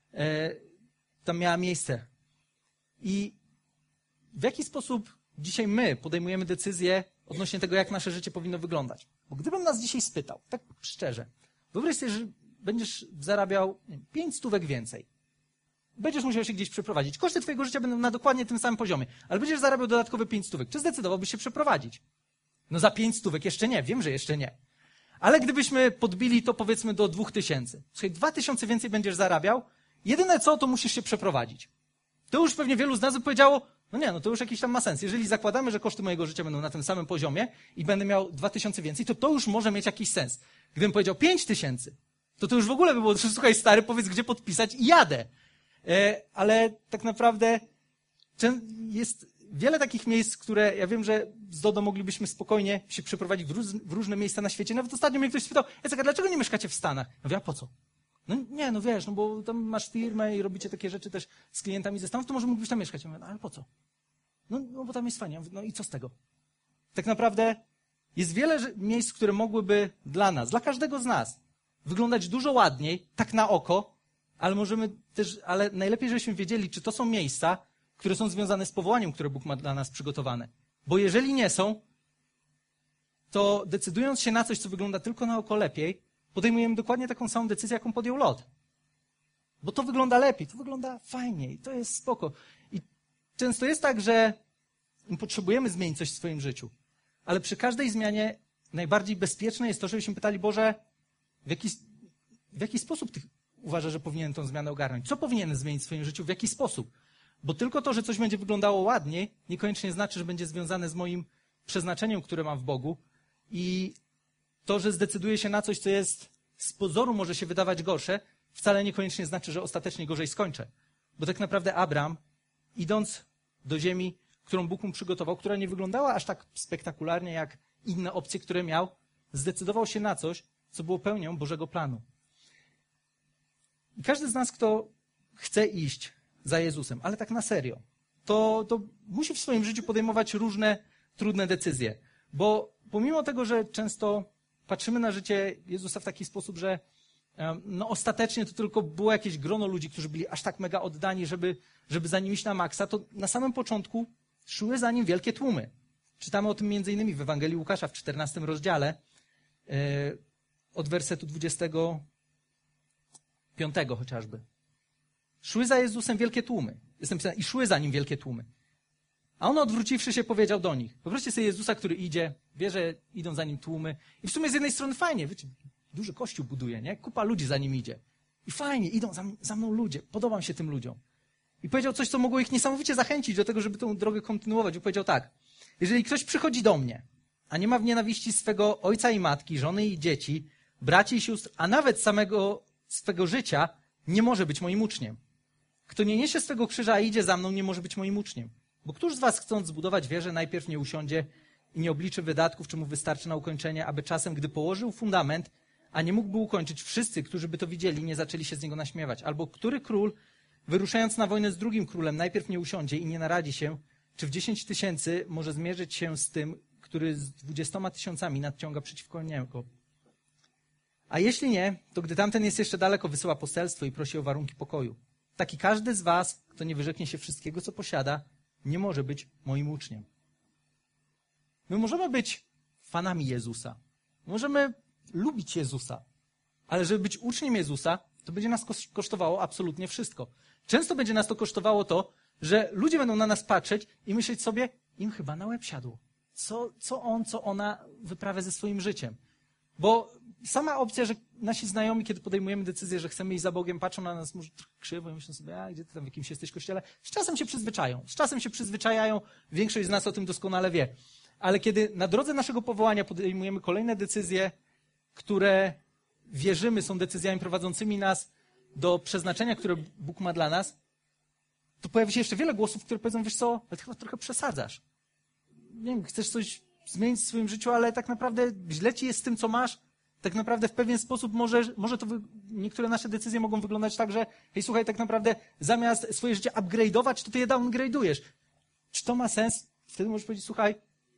tam miała miejsce. I w jaki sposób dzisiaj my podejmujemy decyzje odnośnie tego, jak nasze życie powinno wyglądać? Bo gdybym nas dzisiaj spytał, tak szczerze, wyobraź sobie, że będziesz zarabiał nie wiem, pięć stówek więcej. Będziesz musiał się gdzieś przeprowadzić. Koszty twojego życia będą na dokładnie tym samym poziomie, ale będziesz zarabiał dodatkowe pięć stówek. Czy zdecydowałbyś się przeprowadzić? No za pięć stówek jeszcze nie, wiem, że jeszcze nie. Ale gdybyśmy podbili to powiedzmy do dwóch tysięcy. Słuchaj, dwa tysiące więcej będziesz zarabiał, jedyne co, to musisz się przeprowadzić. To już pewnie wielu z nas by powiedziało: no nie, no to już jakiś tam ma sens. Jeżeli zakładamy, że koszty mojego życia będą na tym samym poziomie i będę miał dwa tysiące więcej, to to już może mieć jakiś sens. Gdybym powiedział pięć tysięcy, to to już w ogóle by było: słuchaj stary, powiedz gdzie podpisać i jadę. E, ale tak naprawdę jest wiele takich miejsc, które ja wiem, że z Dodo moglibyśmy spokojnie się przeprowadzić w, róż, w różne miejsca na świecie. Nawet ostatnio mnie ktoś spytał: Jacek, a dlaczego nie mieszkacie w Stanach? No wie, a po co? No nie, no wiesz, no bo tam masz firmę i robicie takie rzeczy też z klientami ze Stanów, to może mógłbyś tam mieszkać. Ja mówię: no ale po co? No, no bo tam jest fajnie. No i co z tego? Tak naprawdę jest wiele miejsc, które mogłyby dla nas, dla każdego z nas wyglądać dużo ładniej, tak na oko, ale możemy też, ale najlepiej, żebyśmy wiedzieli, czy to są miejsca, które są związane z powołaniem, które Bóg ma dla nas przygotowane. Bo jeżeli nie są, to decydując się na coś, co wygląda tylko na oko lepiej, podejmujemy dokładnie taką samą decyzję, jaką podjął Lot. Bo to wygląda lepiej, to wygląda fajniej, to jest spoko. I często jest tak, że potrzebujemy zmienić coś w swoim życiu, ale przy każdej zmianie najbardziej bezpieczne jest to, żebyśmy pytali: Boże, w jaki, w jaki sposób Ty uważasz, że powinienem tę zmianę ogarnąć? Co powinienem zmienić w swoim życiu? W jaki sposób? Bo tylko to, że coś będzie wyglądało ładniej, niekoniecznie znaczy, że będzie związane z moim przeznaczeniem, które mam w Bogu. I to, że zdecyduję się na coś, co jest z pozoru może się wydawać gorsze, wcale niekoniecznie znaczy, że ostatecznie gorzej skończę. Bo tak naprawdę Abram, idąc do ziemi, którą Bóg mu przygotował, która nie wyglądała aż tak spektakularnie jak inne opcje, które miał, zdecydował się na coś, co było pełnią Bożego planu. I każdy z nas, kto chce iść za Jezusem, ale tak na serio, to, to musi w swoim życiu podejmować różne trudne decyzje. Bo pomimo tego, że często patrzymy na życie Jezusa w taki sposób, że no ostatecznie to tylko było jakieś grono ludzi, którzy byli aż tak mega oddani, żeby, żeby za nim iść na maksa, to na samym początku szły za nim wielkie tłumy. Czytamy o tym między innymi w Ewangelii Łukasza w czternastym rozdziale, yy, od wersetu dwudziestego piątego chociażby. Szły za Jezusem wielkie tłumy. Jest napisane, i szły za nim wielkie tłumy. A on odwróciwszy się powiedział do nich, wyobraźcie sobie Jezusa, który idzie, wie, że idą za nim tłumy. I w sumie z jednej strony fajnie, wiecie, duży kościół buduje, nie? Kupa ludzi za nim idzie. I fajnie, idą za, za mną ludzie, podobam się tym ludziom. I powiedział coś, co mogło ich niesamowicie zachęcić do tego, żeby tę drogę kontynuować. I powiedział tak, jeżeli ktoś przychodzi do mnie, a nie ma w nienawiści swego ojca i matki, żony i dzieci, braci i sióstr, a nawet samego swego życia, nie może być moim uczniem. Kto nie niesie swego krzyża, a idzie za mną, nie może być moim uczniem. Bo któż z was, chcąc zbudować wieżę, najpierw nie usiądzie i nie obliczy wydatków, czy mu wystarczy na ukończenie, aby czasem, gdy położył fundament, a nie mógłby ukończyć, wszyscy, którzy by to widzieli, nie zaczęli się z niego naśmiewać. Albo który król, wyruszając na wojnę z drugim królem, najpierw nie usiądzie i nie naradzi się, czy w dziesięć tysięcy może zmierzyć się z tym, który z dwudziestoma tysiącami nadciąga przeciwko niego. A jeśli nie, to gdy tamten jest jeszcze daleko, wysyła poselstwo i prosi o warunki pokoju. Taki każdy z was, kto nie wyrzeknie się wszystkiego, co posiada, nie może być moim uczniem. My możemy być fanami Jezusa. Możemy lubić Jezusa. Ale żeby być uczniem Jezusa, to będzie nas kosztowało absolutnie wszystko. Często będzie nas to kosztowało to, że ludzie będą na nas patrzeć i myśleć sobie, im chyba na łeb siadło. Co, co on, co ona wyprawia ze swoim życiem. Bo sama opcja, że nasi znajomi, kiedy podejmujemy decyzję, że chcemy iść za Bogiem, patrzą na nas może trochę krzywo i myślą sobie, a gdzie ty tam w jakimś jesteś kościele? Z czasem się przyzwyczają. Z czasem się przyzwyczajają. Większość z nas o tym doskonale wie. Ale kiedy na drodze naszego powołania podejmujemy kolejne decyzje, które wierzymy są decyzjami prowadzącymi nas do przeznaczenia, które Bóg ma dla nas, to pojawi się jeszcze wiele głosów, które powiedzą, wiesz co, ale ty chyba trochę przesadzasz. Nie wiem, chcesz coś zmienić w swoim życiu, ale tak naprawdę źle ci jest z tym, co masz. Tak naprawdę w pewien sposób może, może to wy, niektóre nasze decyzje mogą wyglądać tak, że hej, słuchaj, tak naprawdę zamiast swoje życie upgrade'ować, to ty je downgrade'ujesz. Czy to ma sens? Wtedy możesz powiedzieć, słuchaj,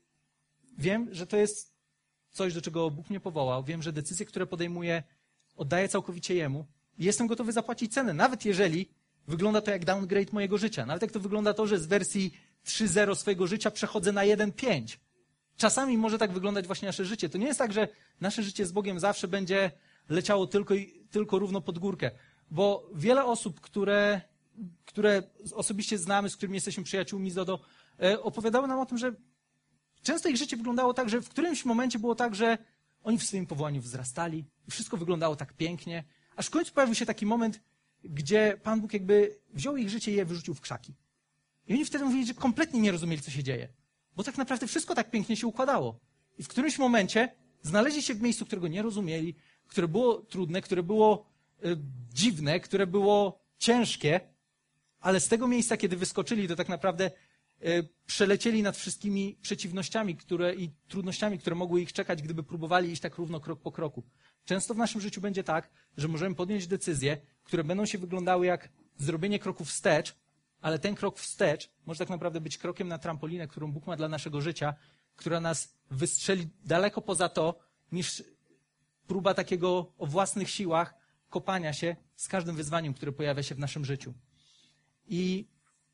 wiem, że to jest coś, do czego Bóg mnie powołał. Wiem, że decyzje, które podejmuję, oddaję całkowicie Jemu. I jestem gotowy zapłacić cenę, nawet jeżeli wygląda to jak downgrade mojego życia. Nawet jak to wygląda to, że z wersji trzy zero swojego życia przechodzę na jeden pięć. Czasami może tak wyglądać właśnie nasze życie. To nie jest tak, że nasze życie z Bogiem zawsze będzie leciało tylko, i, tylko równo pod górkę. Bo wiele osób, które, które osobiście znamy, z którymi jesteśmy przyjaciółmi z Dodo, opowiadały nam o tym, że często ich życie wyglądało tak, że w którymś momencie było tak, że oni w swoim powołaniu wzrastali i wszystko wyglądało tak pięknie, aż w końcu pojawił się taki moment, gdzie Pan Bóg jakby wziął ich życie i je wyrzucił w krzaki. I oni wtedy mówili, że kompletnie nie rozumieli, co się dzieje. Bo tak naprawdę wszystko tak pięknie się układało. I w którymś momencie znaleźli się w miejscu, którego nie rozumieli, które było trudne, które było y, dziwne, które było ciężkie, ale z tego miejsca, kiedy wyskoczyli, to tak naprawdę y, przelecieli nad wszystkimi przeciwnościami które, i trudnościami, które mogły ich czekać, gdyby próbowali iść tak równo krok po kroku. Często w naszym życiu będzie tak, że możemy podjąć decyzje, które będą się wyglądały jak zrobienie kroku wstecz, ale ten krok wstecz może tak naprawdę być krokiem na trampolinę, którą Bóg ma dla naszego życia, która nas wystrzeli daleko poza to, niż próba takiego o własnych siłach kopania się z każdym wyzwaniem, które pojawia się w naszym życiu. I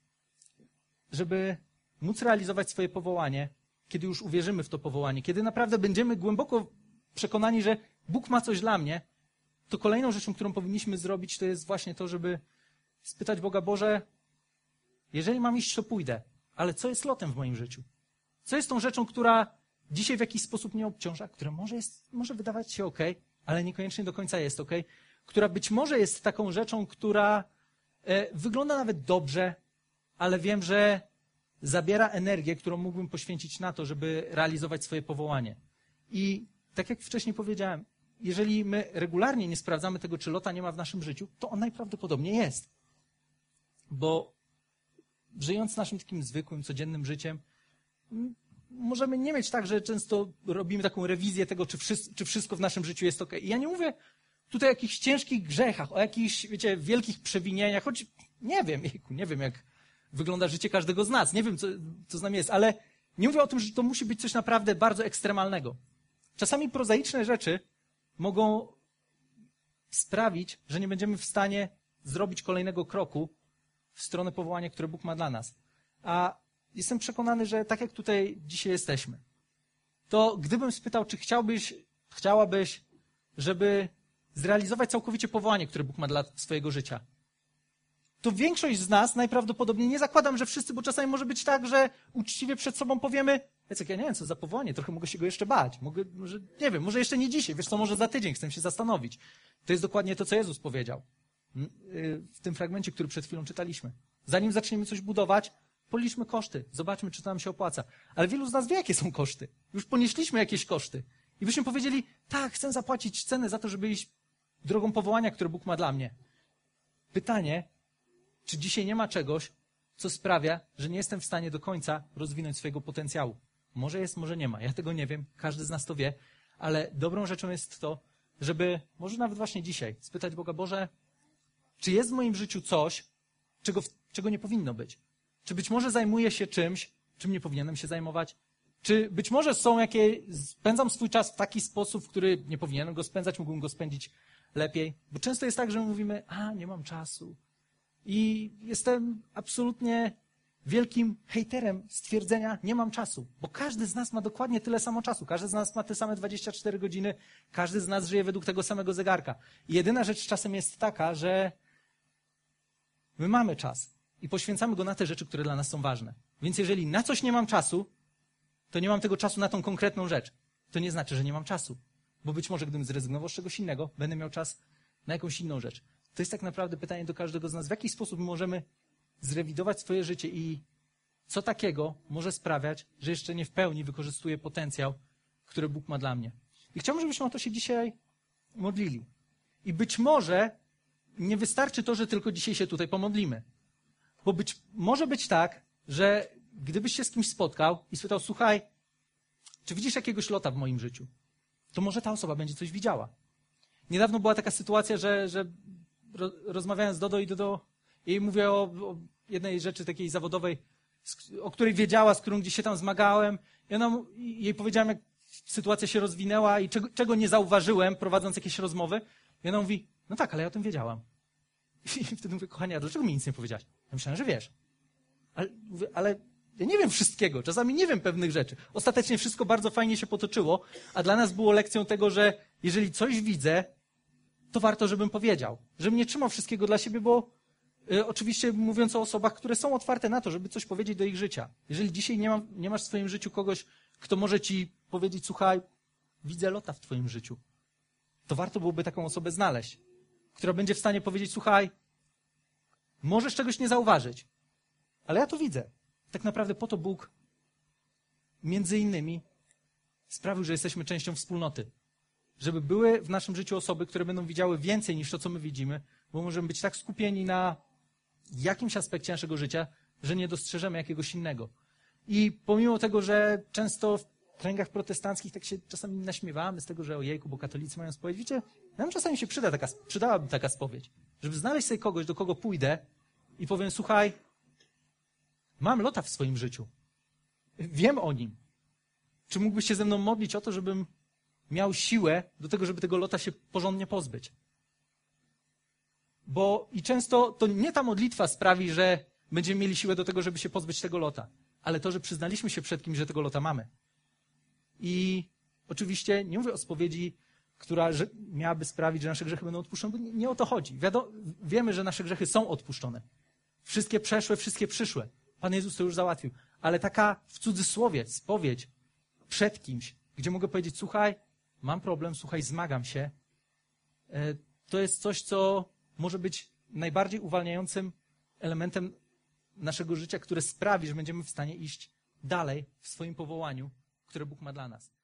żeby móc realizować swoje powołanie, kiedy już uwierzymy w to powołanie, kiedy naprawdę będziemy głęboko przekonani, że Bóg ma coś dla mnie, to kolejną rzeczą, którą powinniśmy zrobić, to jest właśnie to, żeby spytać Boga, Boże, jeżeli mam iść, to pójdę, ale co jest lotem w moim życiu? Co jest tą rzeczą, która dzisiaj w jakiś sposób mnie obciąża, która może, jest, może wydawać się okej, ale niekoniecznie do końca jest okej, która być może jest taką rzeczą, która e, wygląda nawet dobrze, ale wiem, że zabiera energię, którą mógłbym poświęcić na to, żeby realizować swoje powołanie. I tak jak wcześniej powiedziałem, jeżeli my regularnie nie sprawdzamy tego, czy Lota nie ma w naszym życiu, to on najprawdopodobniej jest. Bo żyjąc naszym takim zwykłym, codziennym życiem, możemy nie mieć tak, że często robimy taką rewizję tego, czy, wszy- czy wszystko w naszym życiu jest okej. I ja nie mówię tutaj o jakichś ciężkich grzechach, o jakichś, wiecie, wielkich przewinieniach, choć nie wiem, jejku, nie wiem, jak wygląda życie każdego z nas, nie wiem, co, co z nami jest, ale nie mówię o tym, że to musi być coś naprawdę bardzo ekstremalnego. Czasami prozaiczne rzeczy mogą sprawić, że nie będziemy w stanie zrobić kolejnego kroku w stronę powołania, które Bóg ma dla nas. A jestem przekonany, że tak jak tutaj dzisiaj jesteśmy, to gdybym spytał, czy chciałbyś, chciałabyś, żeby zrealizować całkowicie powołanie, które Bóg ma dla swojego życia, to większość z nas najprawdopodobniej, nie zakładam, że wszyscy, bo czasami może być tak, że uczciwie przed sobą powiemy, Jacek, ja nie wiem, co za powołanie, trochę mogę się go jeszcze bać, mogę, może, nie wiem, może jeszcze nie dzisiaj, wiesz co, może za tydzień, chcę się zastanowić. To jest dokładnie to, co Jezus powiedział w tym fragmencie, który przed chwilą czytaliśmy. Zanim zaczniemy coś budować, policzmy koszty, zobaczmy, czy to nam się opłaca. Ale wielu z nas wie, jakie są koszty. Już ponieśliśmy jakieś koszty. I byśmy powiedzieli, tak, chcę zapłacić cenę za to, żeby iść drogą powołania, które Bóg ma dla mnie. Pytanie, czy dzisiaj nie ma czegoś, co sprawia, że nie jestem w stanie do końca rozwinąć swojego potencjału. Może jest, może nie ma. Ja tego nie wiem, każdy z nas to wie, ale dobrą rzeczą jest to, żeby, może nawet właśnie dzisiaj, spytać Boga, Boże, czy jest w moim życiu coś, czego, czego nie powinno być? Czy być może zajmuję się czymś, czym nie powinienem się zajmować? Czy być może są jakieś, spędzam swój czas w taki sposób, w który nie powinienem go spędzać, mógłbym go spędzić lepiej? Bo często jest tak, że my mówimy, a nie mam czasu. I jestem absolutnie wielkim hejterem stwierdzenia, nie mam czasu. Bo każdy z nas ma dokładnie tyle samo czasu. Każdy z nas ma te same dwadzieścia cztery godziny. Każdy z nas żyje według tego samego zegarka. I jedyna rzecz czasem jest taka, że my mamy czas i poświęcamy go na te rzeczy, które dla nas są ważne. Więc jeżeli na coś nie mam czasu, to nie mam tego czasu na tą konkretną rzecz. To nie znaczy, że nie mam czasu. Bo być może gdybym zrezygnował z czegoś innego, będę miał czas na jakąś inną rzecz. To jest tak naprawdę pytanie do każdego z nas. W jaki sposób możemy zrewidować swoje życie i co takiego może sprawiać, że jeszcze nie w pełni wykorzystuję potencjał, który Bóg ma dla mnie. I chciałbym, żebyśmy o to się dzisiaj modlili. I być może nie wystarczy to, że tylko dzisiaj się tutaj pomodlimy. Bo być, może być tak, że gdybyś się z kimś spotkał i spytał, słuchaj, czy widzisz jakiegoś Lota w moim życiu? To może ta osoba będzie coś widziała. Niedawno była taka sytuacja, że, że ro, rozmawiałem z Dodo i Dodo i mówię o, o jednej rzeczy takiej zawodowej, z, o której wiedziała, z którą gdzieś się tam zmagałem. I ona, i jej powiedziałem, jak sytuacja się rozwinęła i czego, czego nie zauważyłem, prowadząc jakieś rozmowy. I ona mówi, no tak, ale ja o tym wiedziałam. I wtedy mówię, kochanie, a dlaczego mi nic nie powiedziałaś? Ja myślałem, że wiesz. Ale, mówię, ale ja nie wiem wszystkiego, czasami nie wiem pewnych rzeczy. Ostatecznie wszystko bardzo fajnie się potoczyło, a dla nas było lekcją tego, że jeżeli coś widzę, to warto, żebym powiedział. Żebym nie trzymał wszystkiego dla siebie, bo y, oczywiście mówiąc o osobach, które są otwarte na to, żeby coś powiedzieć do ich życia. Jeżeli dzisiaj nie, ma, nie masz w swoim życiu kogoś, kto może ci powiedzieć, słuchaj, widzę Lota w twoim życiu, to warto byłoby taką osobę znaleźć, która będzie w stanie powiedzieć, słuchaj, możesz czegoś nie zauważyć, ale ja to widzę. Tak naprawdę po to Bóg między innymi sprawił, że jesteśmy częścią wspólnoty. Żeby były w naszym życiu osoby, które będą widziały więcej niż to, co my widzimy, bo możemy być tak skupieni na jakimś aspekcie naszego życia, że nie dostrzeżemy jakiegoś innego. I pomimo tego, że często w kręgach protestanckich tak się czasami naśmiewamy z tego, że ojejku, bo katolicy mają spowiedź. Wiecie, nam czasami się przyda taka, przydałaby taka spowiedź, żeby znaleźć sobie kogoś, do kogo pójdę i powiem, słuchaj, mam Lota w swoim życiu. Wiem o nim. Czy mógłbyś się ze mną modlić o to, żebym miał siłę do tego, żeby tego Lota się porządnie pozbyć? Bo i często to nie ta modlitwa sprawi, że będziemy mieli siłę do tego, żeby się pozbyć tego Lota, ale to, że przyznaliśmy się przed kimś, że tego Lota mamy. I oczywiście nie mówię o spowiedzi, która miałaby sprawić, że nasze grzechy będą odpuszczone, bo nie, nie o to chodzi. Wiadomo, wiemy, że nasze grzechy są odpuszczone. Wszystkie przeszłe, wszystkie przyszłe. Pan Jezus to już załatwił. Ale taka w cudzysłowie spowiedź przed kimś, gdzie mogę powiedzieć, słuchaj, mam problem, słuchaj, zmagam się, to jest coś, co może być najbardziej uwalniającym elementem naszego życia, które sprawi, że będziemy w stanie iść dalej w swoim powołaniu, które Bóg ma dla nas.